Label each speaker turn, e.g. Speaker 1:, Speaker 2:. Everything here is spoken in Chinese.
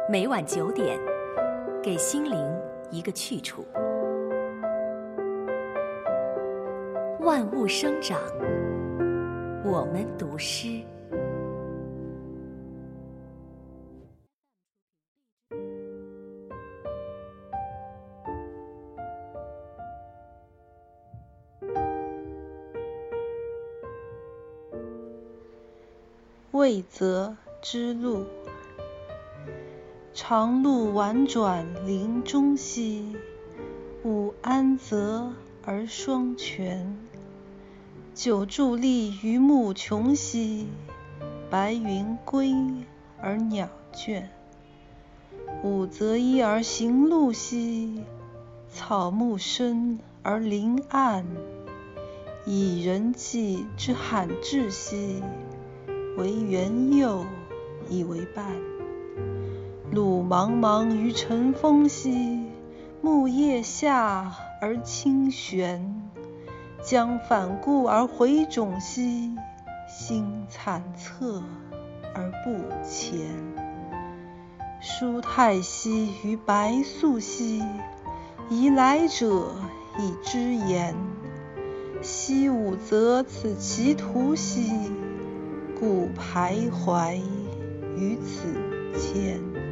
Speaker 1: 每晚9点，给心灵一个去处。万物生长，我们读诗。
Speaker 2: 魏则之路，长路宛转林中兮，吾安则而双全。久伫立于木穷兮，白云归而鸟倦。吾择一而行路兮，草木深而林暗。以人迹之罕至兮，为园囿以为伴。路茫茫于晨风兮，木叶下而清玄。将反顾而回踵兮，心惨恻而不前。书太息于白素兮，宜来者以知言。昔吾择此其途兮，故徘徊于此间。